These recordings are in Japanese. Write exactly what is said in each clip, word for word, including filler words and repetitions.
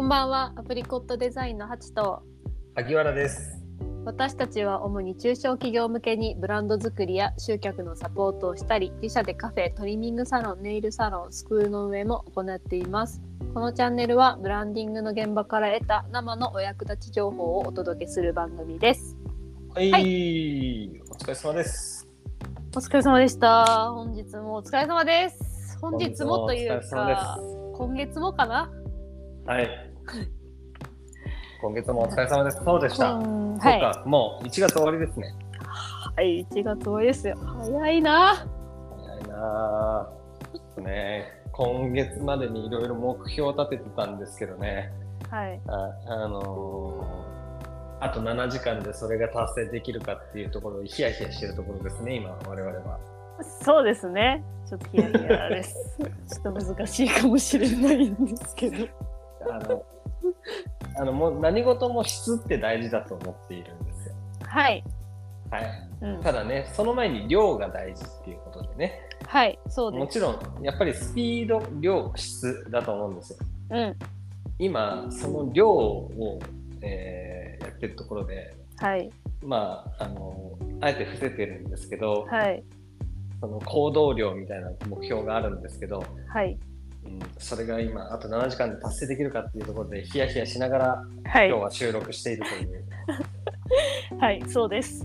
こんばんは。アプリコットデザインのハチと萩原です。 私たちは主に中小企業向けにブランド作りや集客のサポートをしたり、自社でカフェ、トリミングサロン、ネイルサロン、スクールの運営も行っています。このチャンネルはブランディングの現場から得た生のお役立ち情報をお届けする番組です。 はい、はい、お疲れ様です。 お疲れ様でした。本日もお疲れ様です。本日もというか今月もかな。 はい今月もお疲れ様です。そうでした、うん、そうか、はい、もういちがつ終わりですね。 はい、いちがつ終わりですよ。早いな早いなちょっとね、今月までにいろいろ目標を立ててたんですけどね、 はい、 あ、あのー、あとななじかんでそれが達成できるかっていうところをヒヤヒヤしてるところですね、今我々は。 そうですね、ちょっとヒヤヒヤですちょっと難しいかもしれないんですけどあのあのもう何事も質って大事だと思っているんですよ。 はい、 はい、うん、ただね、その前に量が大事っていうことでね。 はい、そうです。 もちろんやっぱりスピード、量、質だと思うんですよ。 うん、 今その量を、えー、やってるところで、 はい、 まああのあえて伏せてるんですけど、 はい、 その行動量みたいな目標があるんですけど、 はい、 うん、それが今あとななじかんで達成できるかっていうところでヒヤヒヤしながら、はい、今日は収録しているというはいそうです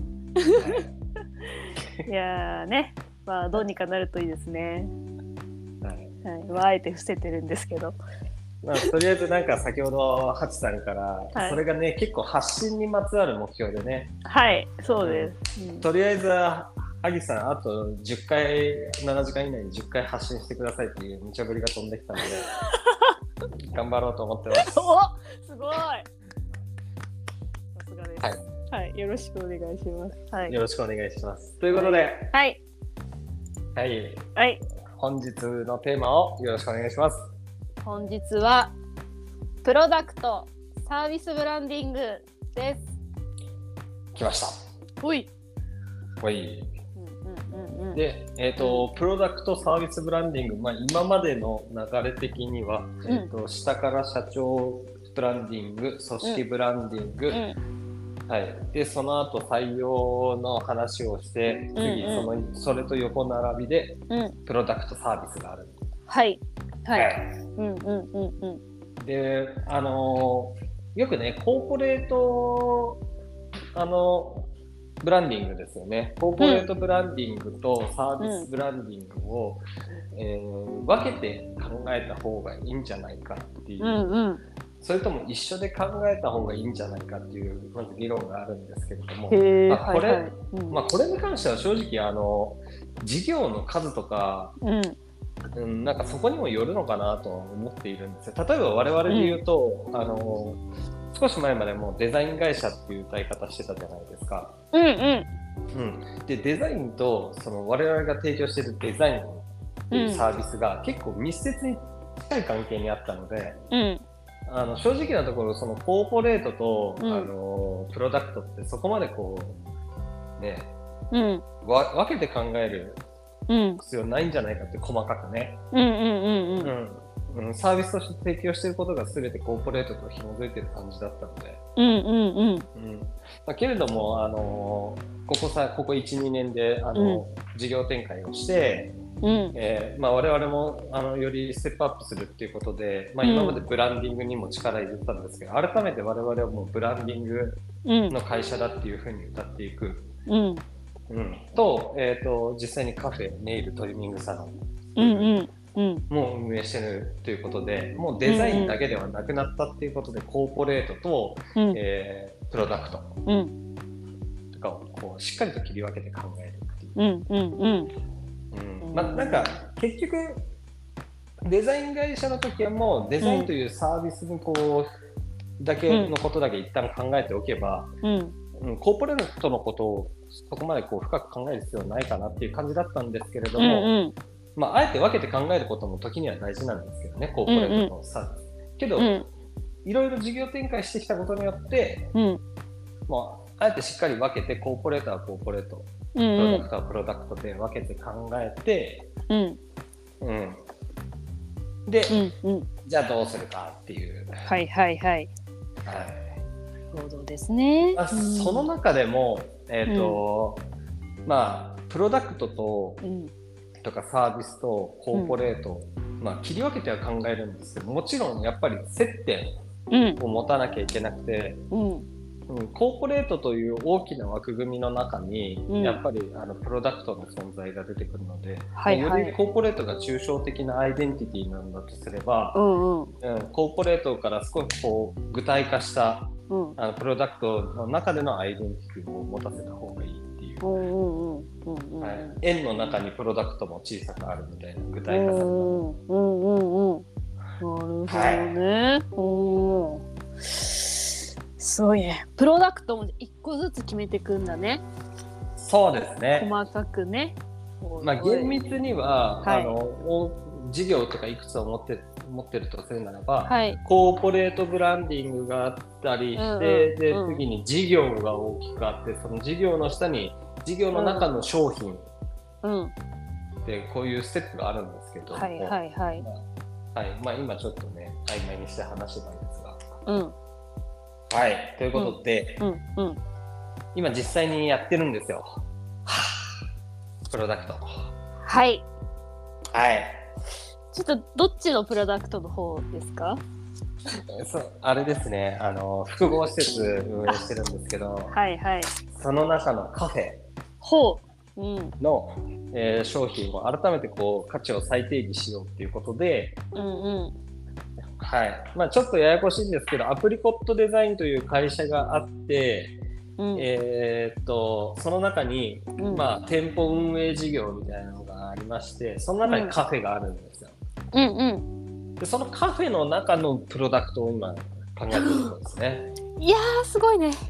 いやーね、まあどうにかなるといいですね。はい、はい、まあ、あえて伏せてるんですけど、 まあ、とりあえずなんか先ほどハチさんから、はい、それがね結構発信にまつわる目標でね。 はいそうです、 うん、とりあえず萩さんあとじゅっかいななじかん以内にじゅっかい発信してくださいっていう無茶ぶりが飛んできたので頑張ろうと思ってます。 おすごい、さすがです。はい、はい、よろしくお願いします。はい、 よろしくお願いします。ということで、 はいはい、 はい、 本日のテーマをよろしくお願いします。 本日はプロダクトサービスブランディングです。 来ました。 ほいほい。で、えーと、プロダクトサービスブランディング、まあ、今までの流れ的には、うん、えーと、下から社長ブランディング、組織ブランディング、うんはい、でその後採用の話をして次、うんうん、そのそれと横並びで、うん、プロダクトサービスがある。 はいはい、はい、うんうんうんうん。 で、あのー、よくねコーポレートあのブランディングですよね。コーポレートブランディングとサービスブランディングを、うんえー、分けて考えた方がいいんじゃないかっていう、うんうん、それとも一緒で考えた方がいいんじゃないかっていうまず議論があるんですけれども、まあ、これ、はいはいうんまあ、これに関しては正直あの事業の数とか、うんうん、なんかそこにもよるのかなと思っているんですよ。例えば我々で言うと、うん、あの少し前までもデザイン会社っていう歌い方してたじゃないですか。 うんうんうん、でデザインとその我々が提供しているデザインっていうサービスが結構密接に近い関係にあったので、うん、あの正直なところそのコーポレートと、うん、あのプロダクトってそこまでこうね、うん、わ分けて考える必要ないんじゃないかって細かくね。うんうんうんうんうん、サービスとして提供していることが全てコーポレートと紐づいている感じだったので、うんうんうんうんまあ、けれども、あのー、ここさここ いち,に 年で、あのーうん、事業展開をして、うんえーまあ、我々もあのよりステップアップするっていうことで、まあ、今までブランディングにも力入れてたんですけど、改めて我々はもうブランディングの会社だっていうふうに歌っていく、うんうん、と、えーと、実際にカフェ、ネイル、トリミングサロン、うんうんうん、もう運営してるということで、もうデザインだけではなくなったっていうことで、うんうん、コーポレートと、うんえー、プロダクトとかをこうしっかりと切り分けて考えるっていう、うんうんうんうんまあ、なんか結局デザイン会社の時はもうデザインというサービスにこうだけのことだけ一旦考えておけば、うんうん、コーポレートのことをそこまでこう深く考える必要はないかなっていう感じだったんですけれども、うんうんまあ、あえて分けて考えることも時には大事なんですけどね、コーポレートのサービス、うんうん、けど、うん、いろいろ事業展開してきたことによって、うんまあ、あえてしっかり分けてコーポレートはコーポレート、うんうん、プロダクトはプロダクトで分けて考えて、うんうん、で、うんうん、 じゃあどうするかっていう。 はいはいはい。はい。そうですね。 まあ、うん、その中でも、えーとうん、まあプロダクトと、うん、とかサービスとコーポレート、うん、まあ切り分けては考えるんですけど、もちろんやっぱり接点を持たなきゃいけなくて、うんうん、コーポレートという大きな枠組みの中に、うん、やっぱりあのプロダクトの存在が出てくるので、はいはい、よりコーポレートが抽象的なアイデンティティなんだとすれば、うんうんうん、コーポレートから少しこう具体化した、うん、あのプロダクトの中でのアイデンティティを持たせた方がいいっていう、円の中にプロダクトも小さくあるみたいな具体化された、うんうんうんうん、 なるほどね、はい、すごいね。プロダクトも一個ずつ決めていくんだね。 そうですね。 細かくね。 まあ、厳密には、はい、あの事業とかいくつを持って持ってるとするならば、はい、コーポレートブランディングがあったりして、うんうん、で、うん、次に事業が大きくあって、その事業の下に事業の中の商品、うん、でこういうステップがあるんですけど、はいはいはい。まあ、はい、まあ、今ちょっとね曖昧にして話してたんですが、うん、はい、ということで、うんうんうん、今実際にやってるんですよ、プロダクト。 はいはいちょっとどっちのプロダクトの方ですか？ そうあれですね、あの複合施設運営してるんですけど、はいはい、その中のカフェほう、うん、の、えー、商品を改めてこう価値を再定義しようっていうことで、うんうんはいまあ、ちょっとややこしいんですけど、アプリコットデザインという会社があって、うんえー、っとその中に、うんまあ、店舗運営事業みたいなのがありまして、その中にカフェがあるんですよ、うんうん、でそのカフェの中のプロダクトを今考えているんですね。 いやーすごいね。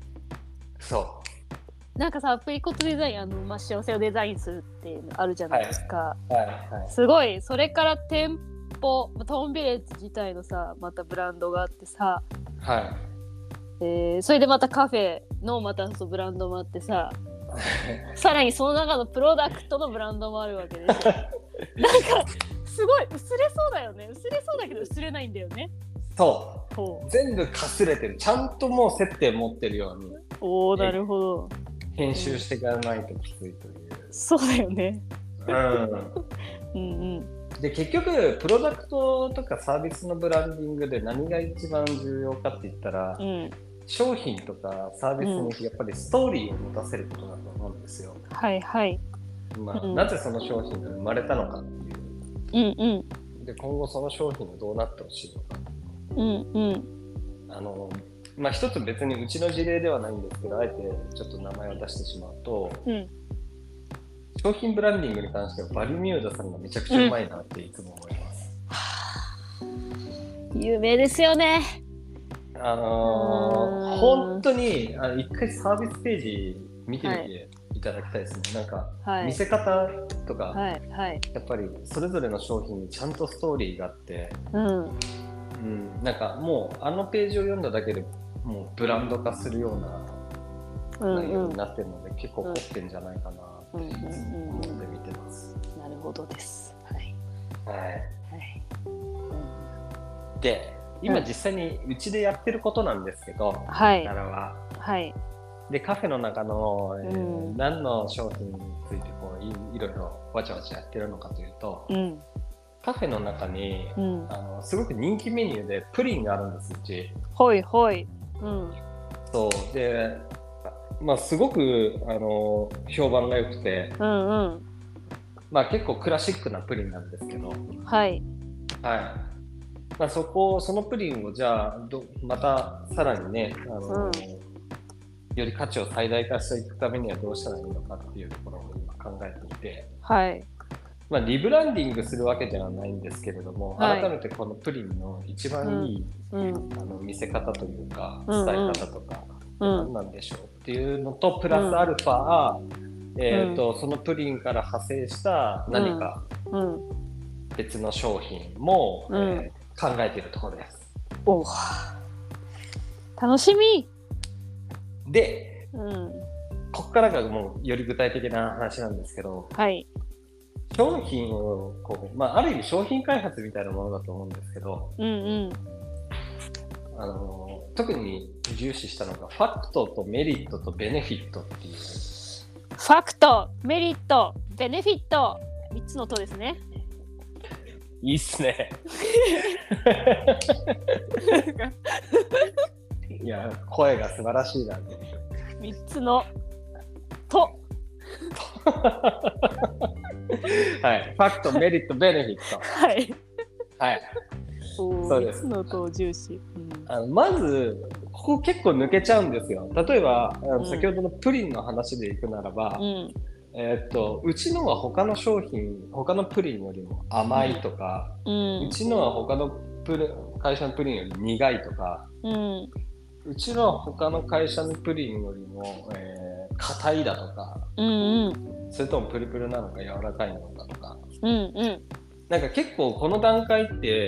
そうなんかさ、アプリコットデザイン、あの、まあ、幸せをデザインするっていうのあるじゃないですか、はいはいはい、すごい。それから店舗トーンビレッジ自体のさまたブランドがあってさ、はいえー、それでまたカフェのまたそのブランドもあってささらにその中のプロダクトのブランドもあるわけですよなんかすごい薄れそうだよね。薄れそうだけど薄れないんだよね。 そう全部かすれてる。ちゃんともう接点持ってるようにおーなるほど編集していかないときついという、 うん、そうだよね、うん、 うんうんで結局プロダクトとかサービスのブランディングで何が一番重要かって言ったら、うん、商品とかサービスにやっぱりストーリーを持たせることだと思うんですよ、うん、はいはい、まあうん、なぜその商品が生まれたのかっていう、うんうん、で今後その商品がどうなってほしいのか、うんうん、あのまあ一つ別にうちの事例ではないんですけど、あえてちょっと名前を出してしまうと、うん商品ブランディングに関してはバルミューダさんがめちゃくちゃうまいなっていつも思います、 うん、有名ですよね。 あのー、本当にあの一回サービスページ見てみていただきたいですね、はい、なんか、はい、見せ方とか、はいはい、やっぱりそれぞれの商品にちゃんとストーリーがあって、うんうん、なんかもうあのページを読んだだけでもうブランド化するような内容になってるので、うんうん、結構凝ってるんじゃないかなと思って見てます、 うんうんうん、なるほどです、はいはいはい、で今実際にうちでやってることなんですけど、はい、奈良は、はい、でカフェの中の、えーうん、何の商品についてこう い, いろいろわちゃわちゃやってるのかというと、うん、カフェの中に、うん、あのすごく人気メニューでプリンがあるんですうち。 ほいほい、うん、 そうで、まあ、すごくあの評判が良くて、うんうんまあ、結構クラシックなプリンなんですけど、はいはいまあ、そこそのプリンをじゃあどまたさらにねあの、うん、より価値を最大化していくためにはどうしたらいいのかっていうところを今考えていて、はいまあ、リブランディングするわけではないんですけれども、はい、改めてこのプリンの一番いい、うん、あの見せ方というか伝え方とか、うん、何なんでしょうっていうのとプラスアルファ、うんえーと、そのプリンから派生した何か別の商品も、うんえー考えているところです。 お楽しみで、うん、ここからがもうより具体的な話なんですけど、はい、 商品をこう、まあ、ある意味商品開発みたいなものだと思うんですけど、 うんうん、 あの特に重視したのがファクトとメリットとベネフィットっていう。 ファクト、メリット、ベネフィット、みっつのとですね。 いいっすね。いや、声が素晴らしいな。 みっつのと。 はい、ファクト、メリット、ベネフィット。 はい。 はい。そうです。 みっつのと重視。うん、 あのまずここ結構抜けちゃうんですよ。例えば、あの先ほどのプリンの話でいくならば、うん、えー、っとうちのは他の商品、他のプリンよりも甘いとか、うん、うちのは他のプリ会社のプリンより苦いとか、うん、うちのは他の会社のプリンよりも、えー、硬いだとか、うんうん、それともプルプルなのか柔らかいのかとか、うんうん、なんか結構この段階って、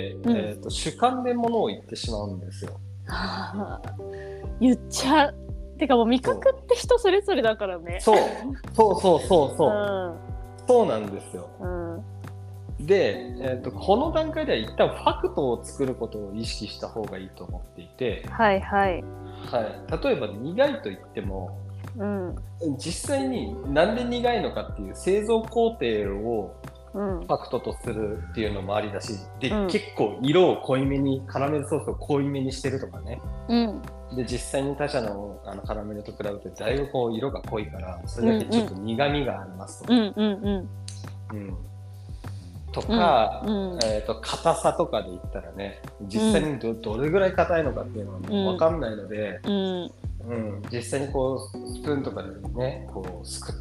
うん、えー、と主観で物を言ってしまうんですよ。 はあ、言っちゃう。てかもう味覚って人それぞれだからね。 そうそうそうそうそう、うん、そうなんですよ。うん、で、えー、とこの段階では一旦ファクトを作ることを意識した方がいいと思っていて、 はいはいはい、例えば苦いと言っても、うん、実際になんで苦いのかっていう製造工程をファクトとするっていうのもありだし、で、うん、結構色を濃いめにカラメルソースを濃いめにしてるとかね、うん、で実際に他社 の, あのカラメルと比べてだいぶこう色が濃いからそれだけちょっと苦みがありますとか、うんうんうんうん、とか、うんうん、えーと、硬さとかで言ったらね実際に ど,、うん、どれぐらい硬いのかっていうのはもう分かんないので、うんうん、実際にこうスプーンとかでねこうすくって、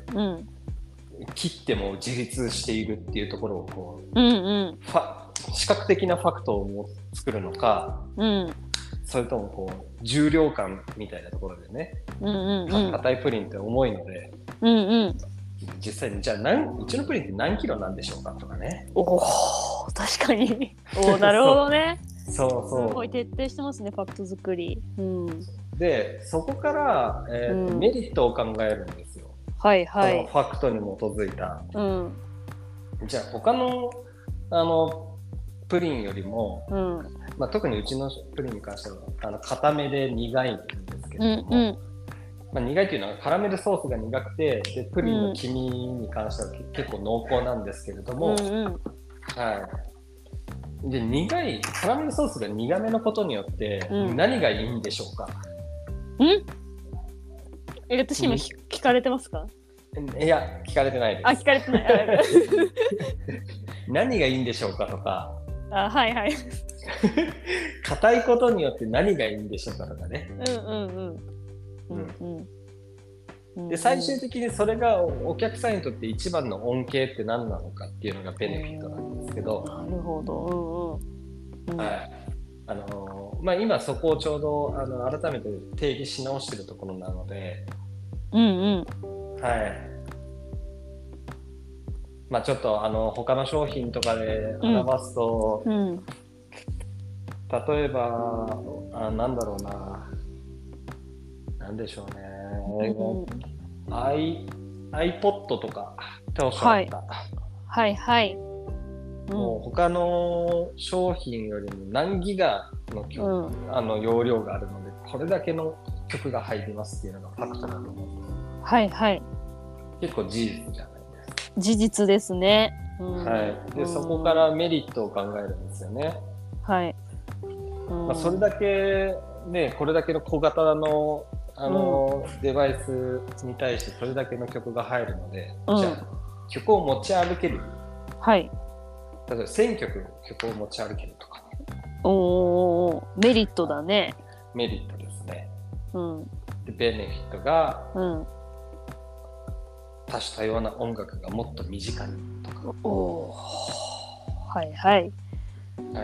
うん切っても自立しているっていうところをこう、うんうん、ファ視覚的なファクトを作るのか、うん、それともこう重量感みたいなところでね、うんうんうん、硬いプリンって重いので、うんうん、実際にじゃあ何うちのプリンって何キロなんでしょうかとかね。 おお確かにおなるほどねそうそうすごい徹底してますねファクト作り、うん、 でそこから、えーとうん、メリットを考えるんですよ。 はいはい、 ファクトに基づいた、うん、じゃあ他のあのプリンよりも、うんまあ、特にうちのプリンに関してはあの固めで苦いんですけれども、うんうんまあ、苦いというのはカラメルソースが苦くてでプリンの黄身に関しては、うん、結構濃厚なんですけれども、うんうんはい、で苦いカラメルソースが苦めのことによって何がいいんでしょうか、 うん、え私今聞かれてますか？ いや聞かれてないです。 あ聞かれてない何がいいんでしょうかとかあはいはい硬いことによって何がいいんでしょうかとかね。うんうんうんうんうん、で最終的にそれがお客さんにとって一番の恩恵って何なのかっていうのがベネフィットなんですけど、 なるほど、うんうん、 はいあのーまあ、今そこをちょうどあの改めて定義し直してるところなので、うんうんはいまあ、ちょっとあの他の商品とかで表すと、うんうん、例えばあなんだろうななんでしょうね、うん、I iPod とかっておっしゃった、 はい、はいはいもう他の商品よりも何ギガの曲、うん、あの容量があるのでこれだけの曲が入りますっていうのがファクトだと思うんです。 はいはい結構事実じゃないですか。 事実ですね、 うんはい、でそこからメリットを考えるんですよね。はい、うんまあ、それだけねこれだけの小型のあの、うん、デバイスに対してそれだけの曲が入るので、うん、じゃあ曲を持ち歩ける、はい、例えばせんきょく曲を持ち歩けるとか、ね、 おメリットだね。 メリットですね、うん、でベネフィットが、うん多種多様な音楽がもっと身近にとかおはいはい、はい、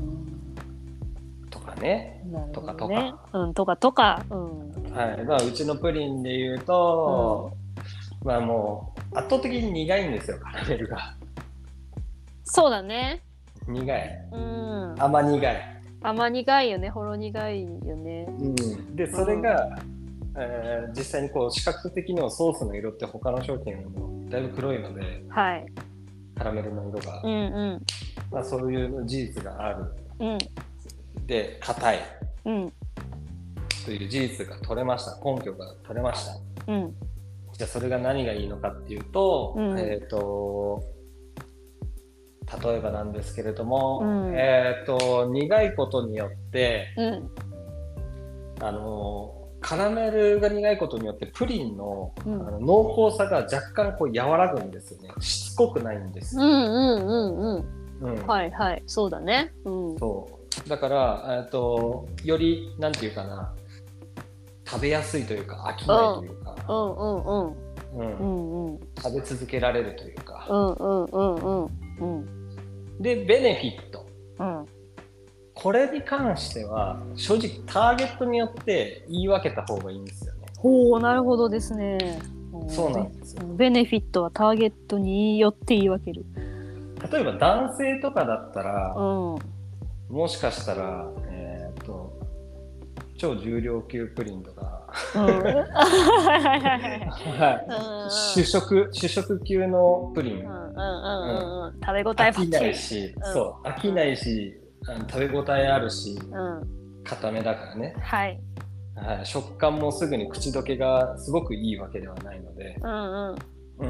とかね、ねとかとか、 うん、とかとか、うんはいまあ、うちのプリンで言うと、うん、まあもう圧倒的に苦いんですよカラメルが。 そうだね苦い、うん、甘苦い甘苦いよねほろ苦いよね、 うん、でそれが、うんえー、実際にこう視覚的にはソースの色って他の商品よりもだいぶ黒いので、 はい、 カラメルの色が、 うんうんまあ、そういう事実がある、 うん、 で硬い、 うん、 という事実が取れました。根拠が取れました、うん、じゃあそれが何がいいのかっていうと、うん、えーと例えばなんですけれども、うん、えーと苦いことによって、うん、あのカラメルが苦いことによってプリン の,、うん、あの濃厚さが若干こう和らぐんですよね。しつこくないんです。 うんうんうんうん、うん、はいはいそうだね、うん、 そうだから、えーとよりなんていうかな食べやすいというか飽きないというか、うんうんうんうんうん、食べ続けられるというか、うんうんうんうんうん、でベネフィット、うん、これに関しては正直ターゲットによって言い分けた方がいいんですよね。 ほうなるほどですね。 そうなんですよ。 ベネフィットはターゲットによって言い分ける。 例えば男性とかだったら、うん、もしかしたら、えー、と超重量級プリンとか、うん、主食主食級のプリン、うんうんうんうん、食べ応え飽きないし、うん、そう飽きないし、あの食べ応えあるし、うん、固めだからね、はいはい、食感もすぐに口どけがすごくいいわけではないので、うんうんうん、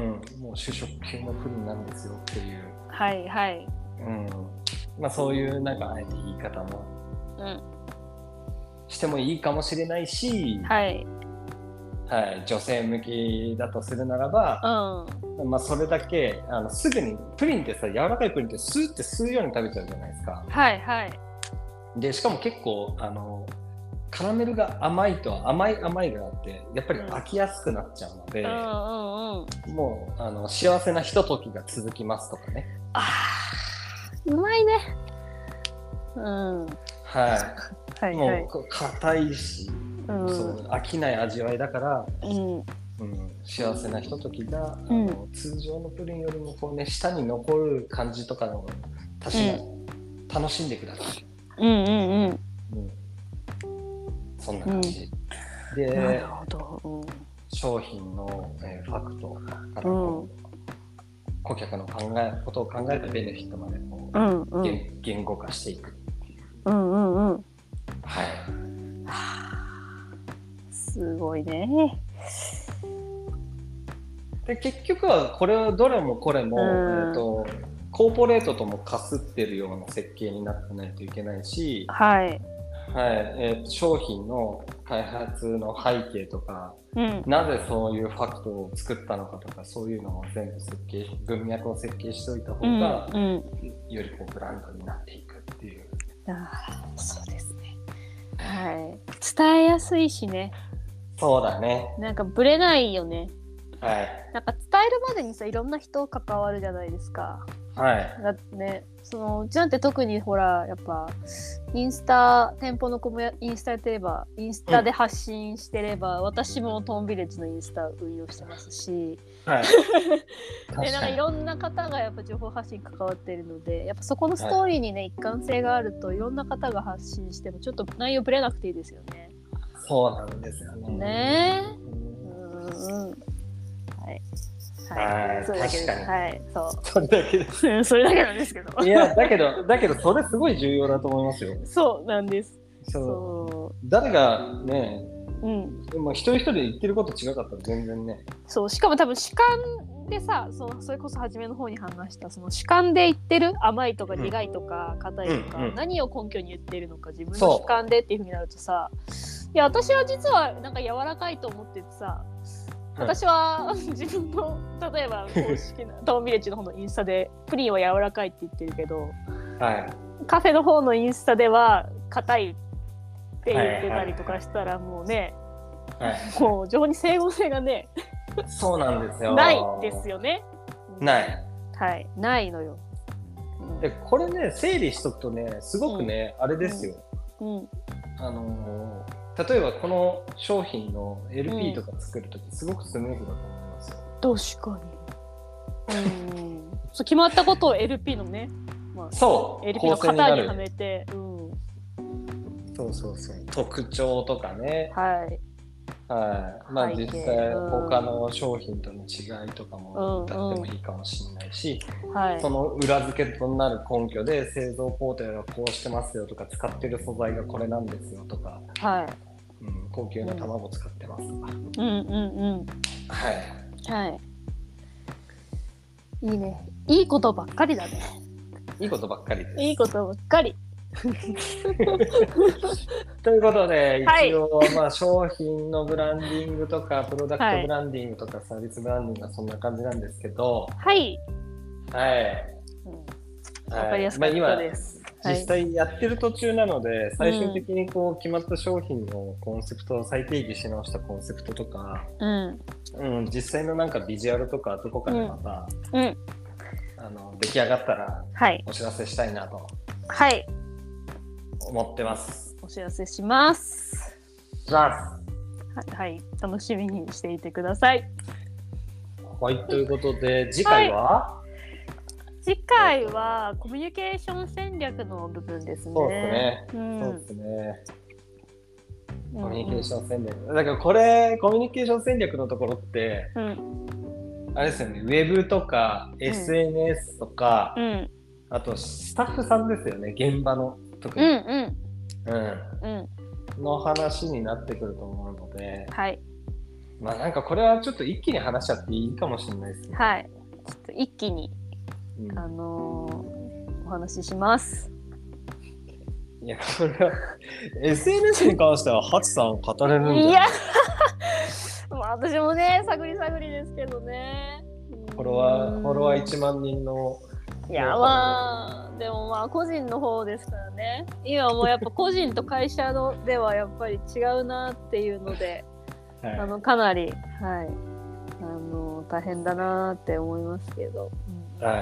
もう主食級のプリンなんですよっていう、はいはい、うんまあ、そういうなんかあえて言い方も、うんしてもいいかもしれないし、はいはい、女性向きだとするならば、うんまあ、それだけあのすぐにプリンってさ柔らかいプリンってスーって吸うように食べちゃうじゃないですか。はいはい。でしかも結構あのカラメルが甘いと甘い甘いがあってやっぱり飽きやすくなっちゃうので、うんうんうん、もうあの幸せなひとときが続きますとかね。あーうまいね。うん。はいはいはい、もう硬いし、うん、そう飽きない味わいだから、うんうん、幸せなひとときが、うん、あの通常のプリンよりもこう、ね、舌に残る感じとかのたしな、うん、楽しんでください。うんうんうんうん、そんな感じ、うん、でなるほど、うん、商品の、えー、ファクトからこう、うん、顧客の考えことを考えたベネフィットまでこう、うんうん、言, 言語化していくっていう。うんうんうんはい、はあ、すごいね。で結局はこれはどれもこれも、うんえー、とコーポレートともかすってるような設計になってないといけないし、はいはいえー、と商品の開発の背景とか、うん、なぜそういうファクトを作ったのかとかそういうのを全部設計文脈を設計しておいた方が、うんうん、よりこうブランドになっていくっていう。あそうですね。はい、伝えやすいしね。そうだね。なんかブレないよね。はい。なんか伝えるまでにさいろんな人関わるじゃないですか。はい。だってね、そのうちなんて特にほらやっぱインスタ店舗の子もインスタやってればインスタで発信してれば、うん、私もトーンビレッジのインスタ運用してますし、はい。でなんかいろんな方がやっぱ情報発信関わってるので、やっぱそこのストーリーにね、はい、一貫性があるといろんな方が発信してもちょっと内容ブレなくていいですよね。そうなんですよね。ねえ。うんうん。はい。はい、それだけです。確かに。はい、そう。それだけです。それだけなんですけど。いや、だけど、だけど、それすごい重要だと思いますよ。そうなんです。そう。そう誰がね、うん。でも一人一人で言ってること違かったら全然ね。そう、しかも多分主観でさ、そ, それこそ初めの方に話したその主観で言ってる甘いとか苦いとか硬、うん、いとか、うんうん、何を根拠に言ってるのか自分の主観でっていう風になるとさ、いや私は実はなんか柔らかいと思っててさ。私は自分の例えば公式なトーンビレッジの方のインスタでプリンは柔らかいって言ってるけど、はい、カフェの方のインスタでは硬いって言ってたりとかしたらもうね、はいはい、もう情に整合性がねそうなんですよないですよね。ないはいないのよ、うん、でこれね整理しとくとねすごくね、うん、あれですよ、うんうん、あのー例えばこの商品の エルピー とか作るとき、うん、すごくスムーズだと思いますよ。確かに。うんそう決まったことを エルピー のね、まあ、そう エルピー の型にはめて、うん、そうそうそう特徴とかね、はい、 はい。まあ実際他の商品との違いとかも歌ってもいいかもしれないし、うんうん、はい、その裏付けとなる根拠で製造工程はこうしてますよとか、使ってる素材がこれなんですよとか、はい、うん、高級な卵使ってますとか、うんうんうん、はいはい、いいね、いいことばっかりだね。 いいことばっかりです。 いいことばっかり。 ということで、一応、はい、まあ商品のブランディングとかプロダクトブランディングとかサービスブランディングはそんな感じなんですけど、はいはい、 うん、わかりやすかったです。 まあ、今実際やってる途中なので、はい、最終的にこう決まった商品のコンセプトを再定義し直したコンセプトとか、うんうん、実際のなんかビジュアルとかどこかでまた、うんうん、あの出来上がったらお知らせしたいなと、はい、思ってます。 お知らせします。 します。 はい、楽しみにしていてください。 はい、ということで次回は、はい、次回はコミュニケーション戦略の部分ですね。 そうですね。うん、そうですね。コミュニケーション戦略。うん、だからこれコミュニケーション戦略のところって、うん、あれですよね。ウェブとか エスエヌエス とか、うん、あとスタッフさんですよね。現場の特に、うんうんうんうん、の話になってくると思うので、はい。まあなんかこれはちょっと一気に話しちゃっていいかもしれないですね。 はい。ちょっと一気に、うん、あのー、お話しします。 いやこれは エスエヌエス に関してはハチさん語れるんじゃない？いやまあ私もね探り探りですけどね。 フォロワーフォロワーいちまん人のいやまあでもまあ個人の方ですからね。今もうやっぱ個人と会社のではやっぱり違うなっていうので、はい、あのかなり、はい、あの大変だなって思いますけど、 うん、はい、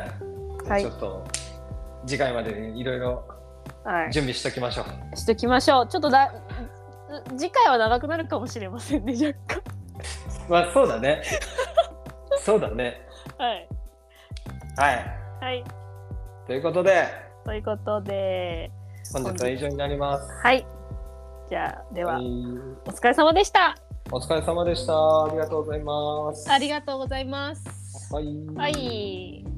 はい、ちょっと次回までにいろいろ準備しときましょう、はい、しときましょう。ちょっとだ次回は長くなるかもしれませんね、若干。 まあそうだねそうだね、はいはいはい。ということで。 ということで。 本日は以上になります。 はい。じゃあ、では、はい、お疲れ様でした。 お疲れ様でした。ありがとうございます。 ありがとうございます。 はい。 はい。